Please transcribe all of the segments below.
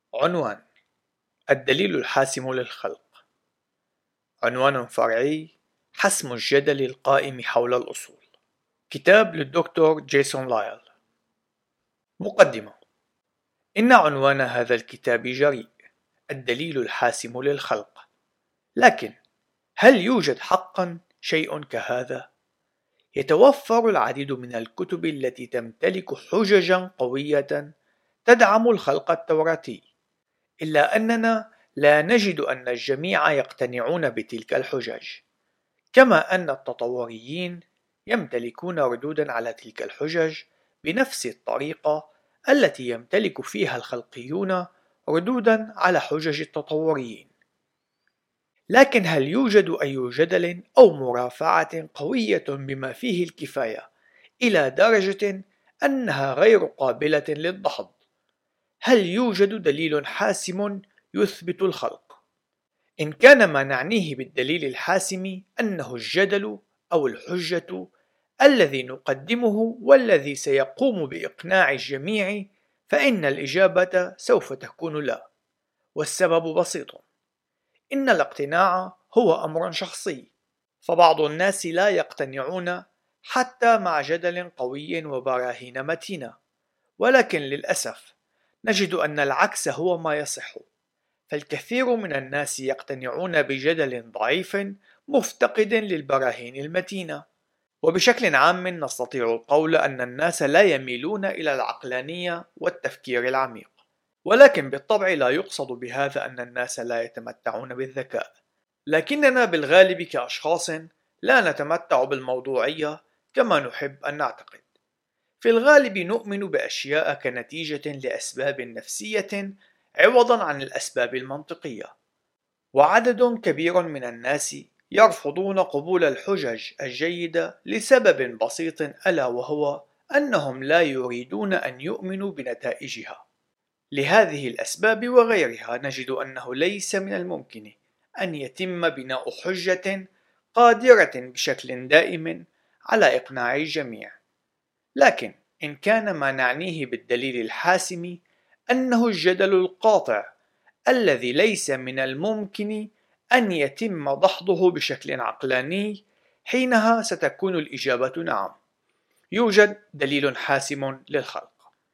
عنوان: الدليل الحاسم للخلق. عنوان فرعي: حسم الجدل القائم حول الأصول. كتاب للدكتور جيسون لايل. مقدمة: إن عنوان هذا الكتاب جريء: الدليل الحاسم للخلق. لكن هل يوجد حقا شيء كهذا؟ يتوفر العديد من الكتب التي تمتلك حججا قوية تدعم الخلق التوراتي، إلا أننا لا نجد أن الجميع يقتنعون بتلك الحجج، كما أن التطوريين يمتلكون ردودا على تلك الحجج بنفس الطريقة التي يمتلك فيها الخلقيون ردودا على حجج التطوريين. لكن هل يوجد أي جدل أو مرافعة قوية بما فيه الكفاية إلى درجة أنها غير قابلة للدحض؟ هل يوجد دليل حاسم يثبت الخلق؟ إن كان ما نعنيه بالدليل الحاسم أنه الجدل أو الحجة الذي نقدمه والذي سيقوم بإقناع الجميع، فإن الإجابة سوف تكون لا، والسبب بسيط: إن الاقتناع هو أمر شخصي، فبعض الناس لا يقتنعون حتى مع جدل قوي وبراهين متينة، ولكن للأسف نجد أن العكس هو ما يصح، فالكثير من الناس يقتنعون بجدل ضعيف مفتقد للبراهين المتينة. وبشكل عام نستطيع القول أن الناس لا يميلون إلى العقلانية والتفكير العميق، ولكن بالطبع لا يقصد بهذا أن الناس لا يتمتعون بالذكاء، لكننا بالغالب كأشخاص لا نتمتع بالموضوعية كما نحب أن نعتقد. في الغالب نؤمن بأشياء كنتيجة لأسباب نفسية عوضا عن الأسباب المنطقية، وعدد كبير من الناس يرفضون قبول الحجج الجيدة لسبب بسيط، ألا وهو أنهم لا يريدون أن يؤمنوا بنتائجها. لهذه الأسباب وغيرها نجد أنه ليس من الممكن أن يتم بناء حجة قادرة بشكل دائم على إقناع الجميع. لكن إن كان ما نعنيه بالدليل الحاسم أنه الجدل القاطع الذي ليس من الممكن أن يتم دحضه بشكل عقلاني، حينها ستكون الإجابة نعم، يوجد دليل حاسم للخلق.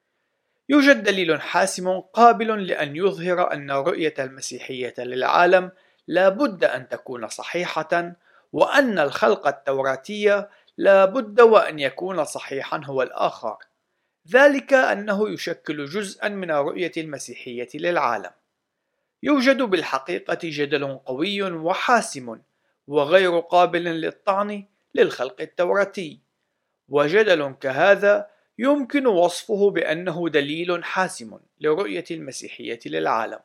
يوجد دليل حاسم قابل لأن يظهر أن رؤية المسيحية للعالم لا بد أن تكون صحيحة، وأن الخلق التوراتي لا بد وأن يكون صحيحا هو الآخر، ذلك أنه يشكل جزءا من رؤية المسيحية للعالم. يوجد بالحقيقة جدل قوي وحاسم وغير قابل للطعن للخلق التوراتي، وجدل كهذا يمكن وصفه بأنه دليل حاسم لرؤية المسيحية للعالم.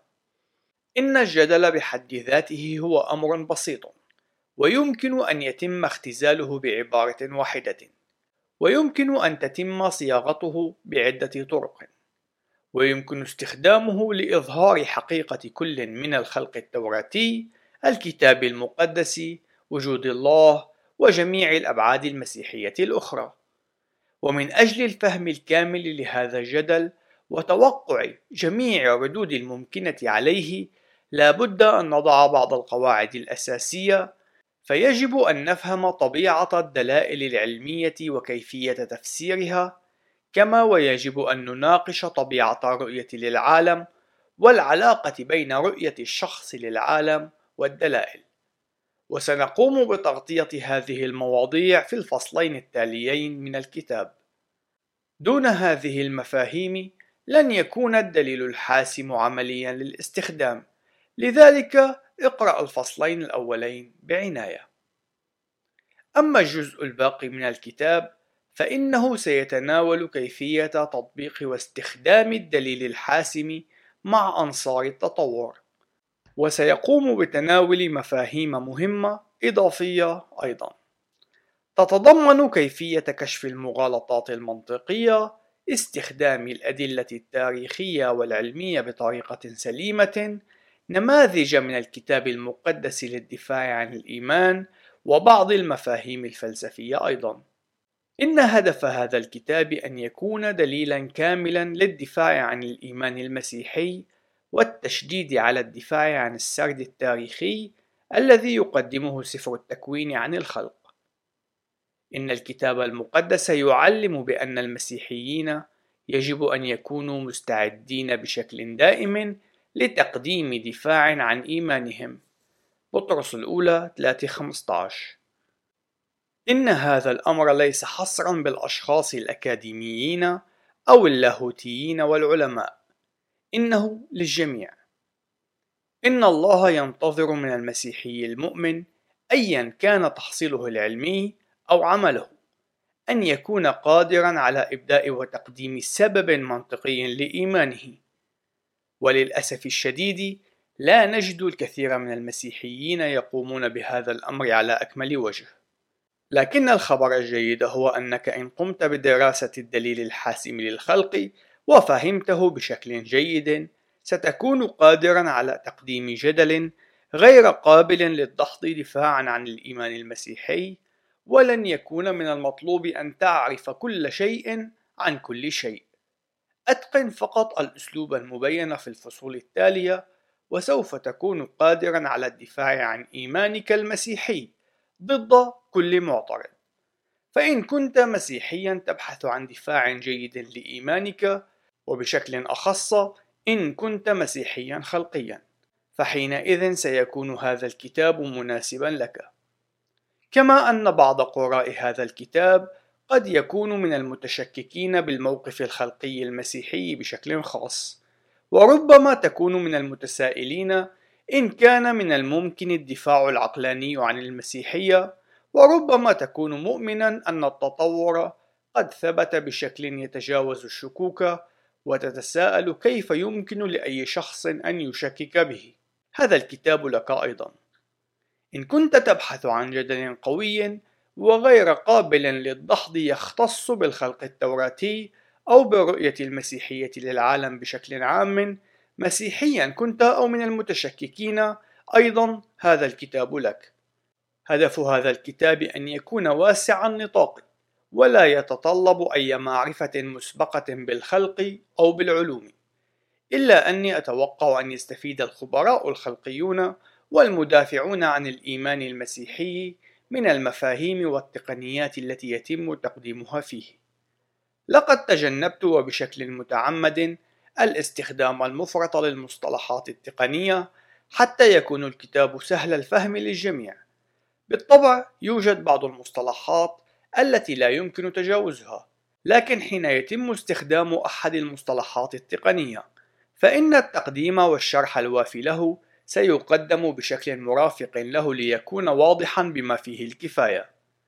إن الجدل بحد ذاته هو أمر بسيط، ويمكن أن يتم اختزاله بعبارة واحدة، ويمكن أن تتم صياغته بعدة طرق، ويمكن استخدامه لإظهار حقيقة كل من الخلق التوراتي، الكتاب المقدس، وجود الله، وجميع الأبعاد المسيحية الأخرى. ومن أجل الفهم الكامل لهذا الجدل وتوقع جميع الردود الممكنة عليه، لا بد أن نضع بعض القواعد الأساسية، فيجب أن نفهم طبيعة الدلائل العلمية وكيفية تفسيرها، كما ويجب أن نناقش طبيعة الرؤية للعالم والعلاقة بين رؤية الشخص للعالم والدلائل. وسنقوم بتغطية هذه المواضيع في الفصلين التاليين من الكتاب. دون هذه المفاهيم لن يكون الدليل الحاسم عمليا للاستخدام، لذلك اقرأ الفصلين الأولين بعناية. أما الجزء الباقي من الكتاب فإنه سيتناول كيفية تطبيق واستخدام الدليل الحاسم مع أنصار التطور، وسيقوم بتناول مفاهيم مهمة إضافية أيضا، تتضمن كيفية كشف المغالطات المنطقية، استخدام الأدلة التاريخية والعلمية بطريقة سليمة، نماذج من الكتاب المقدس للدفاع عن الإيمان، وبعض المفاهيم الفلسفية أيضا. إن هدف هذا الكتاب أن يكون دليلا كاملا للدفاع عن الإيمان المسيحي، والتشديد على الدفاع عن السرد التاريخي الذي يقدمه سفر التكوين عن الخلق. إن الكتاب المقدس يعلم بأن المسيحيين يجب أن يكونوا مستعدين بشكل دائم لتقديم دفاع عن إيمانهم. بطرس الأولى 3:15. إن هذا الأمر ليس حصرا بالأشخاص الأكاديميين أو اللاهوتيين والعلماء، إنه للجميع. إن الله ينتظر من المسيحي المؤمن أيا كان تحصيله العلمي أو عمله أن يكون قادرا على إبداء وتقديم سبب منطقي لإيمانه. وللأسف الشديد لا نجد الكثير من المسيحيين يقومون بهذا الأمر على أكمل وجه. لكن الخبر الجيد هو أنك إن قمت بدراسة الدليل الحاسم للخلق وفهمته بشكل جيد، ستكون قادرا على تقديم جدل غير قابل للدحض دفاعا عن الإيمان المسيحي، ولن يكون من المطلوب أن تعرف كل شيء عن كل شيء. أتقن فقط الأسلوب المبين في الفصول التالية، وسوف تكون قادرا على الدفاع عن إيمانك المسيحي ضد كل معترض. فإن كنت مسيحيا تبحث عن دفاع جيد لإيمانك، وبشكل أخص إن كنت مسيحيا خلقيا، فحينئذ سيكون هذا الكتاب مناسبا لك. كما أن بعض قراء هذا الكتاب قد يكونوا من المتشككين بالموقف الخلقي المسيحي بشكل خاص، وربما تكون من المتسائلين إن كان من الممكن الدفاع العقلاني عن المسيحية، وربما تكون مؤمنا أن التطور قد ثبت بشكل يتجاوز الشكوك، وتتساءل كيف يمكن لأي شخص أن يشكك به. هذا الكتاب لك أيضا. إن كنت تبحث عن جدل قوي وغير قابل للدحض يختص بالخلق التوراتي أو برؤية المسيحية للعالم بشكل عام، مسيحيا كنت أو من المتشككين، أيضا هذا الكتاب لك. هدف هذا الكتاب أن يكون واسع النطاق، ولا يتطلب أي معرفة مسبقة بالخلق أو بالعلوم، إلا أني أتوقع أن يستفيد الخبراء الخلقيون والمدافعون عن الإيمان المسيحي من المفاهيم والتقنيات التي يتم تقديمها فيه. لقد تجنبت وبشكل متعمد الاستخدام المفرط للمصطلحات التقنية حتى يكون الكتاب سهل الفهم للجميع. بالطبع يوجد بعض المصطلحات التي لا يمكن تجاوزها، لكن حين يتم استخدام أحد المصطلحات التقنية، فإن التقديم والشرح الوافي له سيقدم بشكل مرافق له ليكون واضحا بما فيه الكفاية،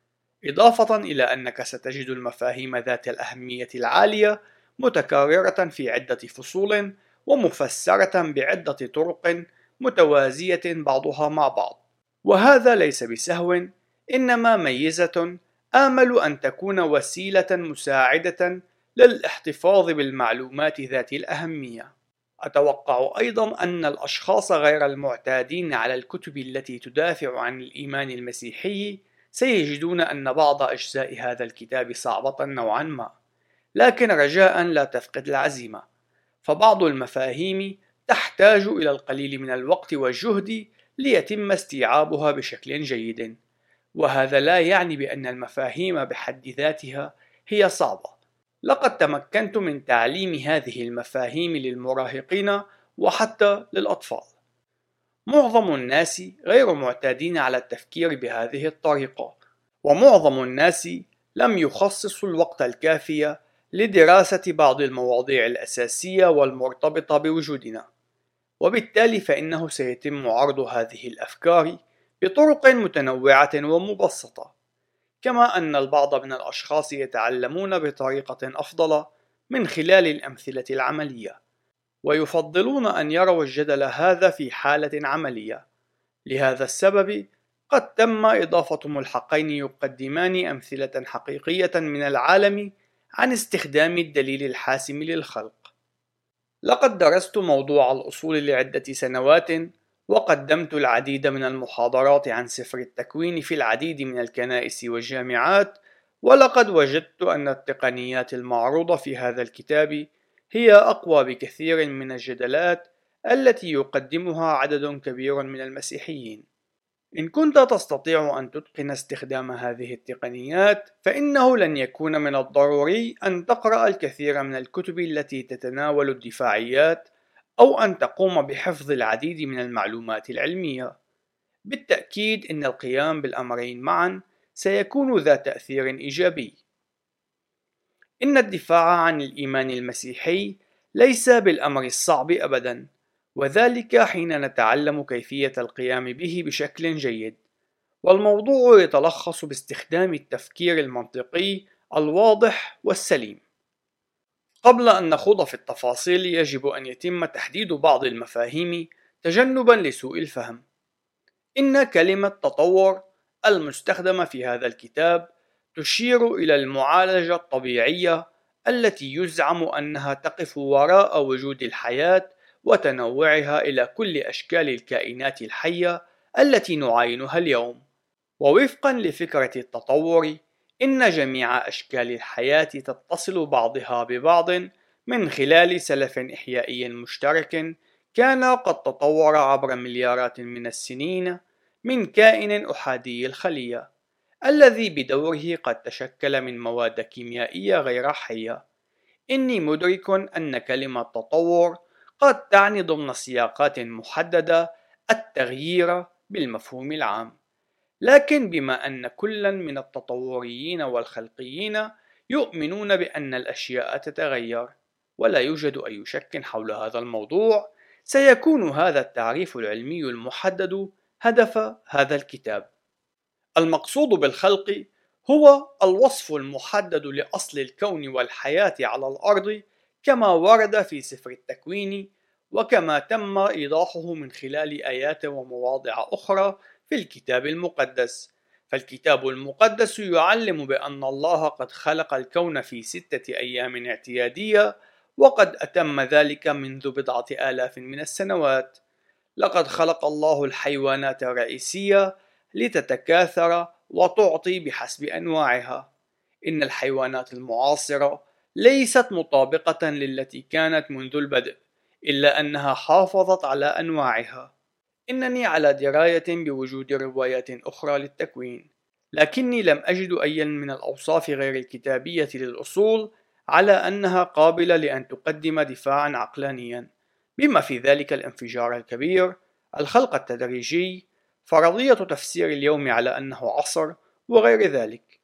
إضافة إلى أنك ستجد المفاهيم ذات الأهمية العالية متكررة في عدة فصول ومفسرة بعدة طرق متوازية بعضها مع بعض. وهذا ليس بسهو، إنما ميزة آمل أن تكون وسيلة مساعدة للاحتفاظ بالمعلومات ذات الأهمية. أتوقع أيضا أن الأشخاص غير المعتادين على الكتب التي تدافع عن الإيمان المسيحي سيجدون أن بعض أجزاء هذا الكتاب صعبة نوعا ما، لكن رجاء لا تفقد العزيمة، فبعض المفاهيم تحتاج إلى القليل من الوقت والجهد ليتم استيعابها بشكل جيد، وهذا لا يعني بأن المفاهيم بحد ذاتها هي صعبة. لقد تمكنت من تعليم هذه المفاهيم للمراهقين وحتى للأطفال. معظم الناس غير معتادين على التفكير بهذه الطريقة، ومعظم الناس لم يخصصوا الوقت الكافي لدراسة بعض المواضيع الأساسية والمرتبطة بوجودنا، وبالتالي فإنه سيتم عرض هذه الأفكار بطرق متنوعة ومبسطة، كما أن البعض من الأشخاص يتعلمون بطريقة أفضل من خلال الأمثلة العملية، ويفضلون أن يروا الجدل هذا في حالة عملية. لهذا السبب قد تم إضافة ملحقين يقدمان أمثلة حقيقية من العالم عن استخدام الدليل الحاسم للخلق. لقد درست موضوع الأصول لعدة سنوات، وقدمت العديد من المحاضرات عن سفر التكوين في العديد من الكنائس والجامعات، ولقد وجدت أن التقنيات المعروضة في هذا الكتاب هي أقوى بكثير من الجدلات التي يقدمها عدد كبير من المسيحيين. إن كنت تستطيع أن تتقن استخدام هذه التقنيات، فإنه لن يكون من الضروري أن تقرأ الكثير من الكتب التي تتناول الدفاعيات أو أن تقوم بحفظ العديد من المعلومات العلمية. بالتأكيد إن القيام بالأمرين معا سيكون ذا تأثير إيجابي. إن الدفاع عن الإيمان المسيحي ليس بالأمر الصعب أبدا، وذلك حين نتعلم كيفية القيام به بشكل جيد. والموضوع يتلخص باستخدام التفكير المنطقي الواضح والسليم. قبل أن نخوض في التفاصيل، يجب أن يتم تحديد بعض المفاهيم تجنبا لسوء الفهم. إن كلمة تطور المستخدمة في هذا الكتاب تشير إلى المعالجة الطبيعية التي يزعم أنها تقف وراء وجود الحياة وتنوعها إلى كل أشكال الكائنات الحية التي نعاينها اليوم. ووفقا لفكرة التطور، إن جميع أشكال الحياة تتصل بعضها ببعض من خلال سلف إحيائي مشترك كان قد تطور عبر مليارات من السنين من كائن أحادي الخلية، الذي بدوره قد تشكل من مواد كيميائية غير حية. إني مدرك أن كلمة تطور قد تعني ضمن سياقات محددة التغيير بالمفهوم العام، لكن بما أن كلا من التطوريين والخلقيين يؤمنون بأن الأشياء تتغير ولا يوجد أي شك حول هذا الموضوع، سيكون هذا التعريف العلمي المحدد هدف هذا الكتاب. المقصود بالخلق هو الوصف المحدد لأصل الكون والحياة على الأرض كما ورد في سفر التكوين، وكما تم إيضاحه من خلال آيات ومواضع أخرى في الكتاب المقدس. فالكتاب المقدس يعلم بأن الله قد خلق الكون في 6 أيام اعتيادية، وقد أتم ذلك منذ 10,000 من السنوات. لقد خلق الله الحيوانات الرئيسية لتتكاثر وتعطي بحسب أنواعها. إن الحيوانات المعاصرة ليست مطابقة للتي كانت منذ البدء، إلا أنها حافظت على أنواعها. إنني على دراية بوجود روايات أخرى للتكوين، لكني لم أجد أي من الأوصاف غير الكتابية للأصول على أنها قابلة لأن تقدم دفاعا عقلانيا، بما في ذلك الانفجار الكبير، الخلق التدريجي، فرضية تفسير اليوم على أنه عصر، وغير ذلك.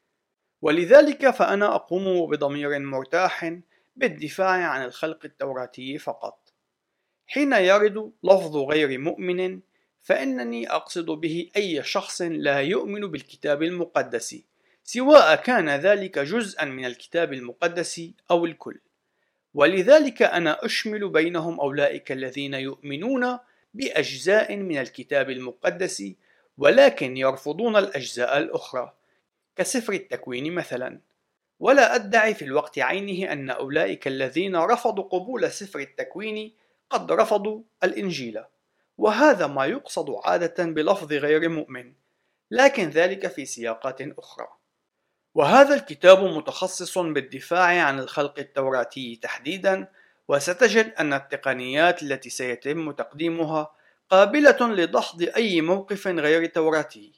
ولذلك فأنا أقوم بضمير مرتاح بالدفاع عن الخلق التوراتي فقط. حين يرد لفظ غير مؤمن، فإنني أقصد به أي شخص لا يؤمن بالكتاب المقدس، سواء كان ذلك جزءا من الكتاب المقدس أو الكل. ولذلك أنا أشمل بينهم أولئك الذين يؤمنون بأجزاء من الكتاب المقدس ولكن يرفضون الأجزاء الأخرى، كسفر التكوين مثلا. ولا أدعي في الوقت عينه أن أولئك الذين رفضوا قبول سفر التكوين قد رفضوا الإنجيل، وهذا ما يقصد عادة بلفظ غير مؤمن، لكن ذلك في سياقات أخرى. وهذا الكتاب متخصص بالدفاع عن الخلق التوراتي تحديدا، وستجد أن التقنيات التي سيتم تقديمها قابلة لدحض أي موقف غير توراتي.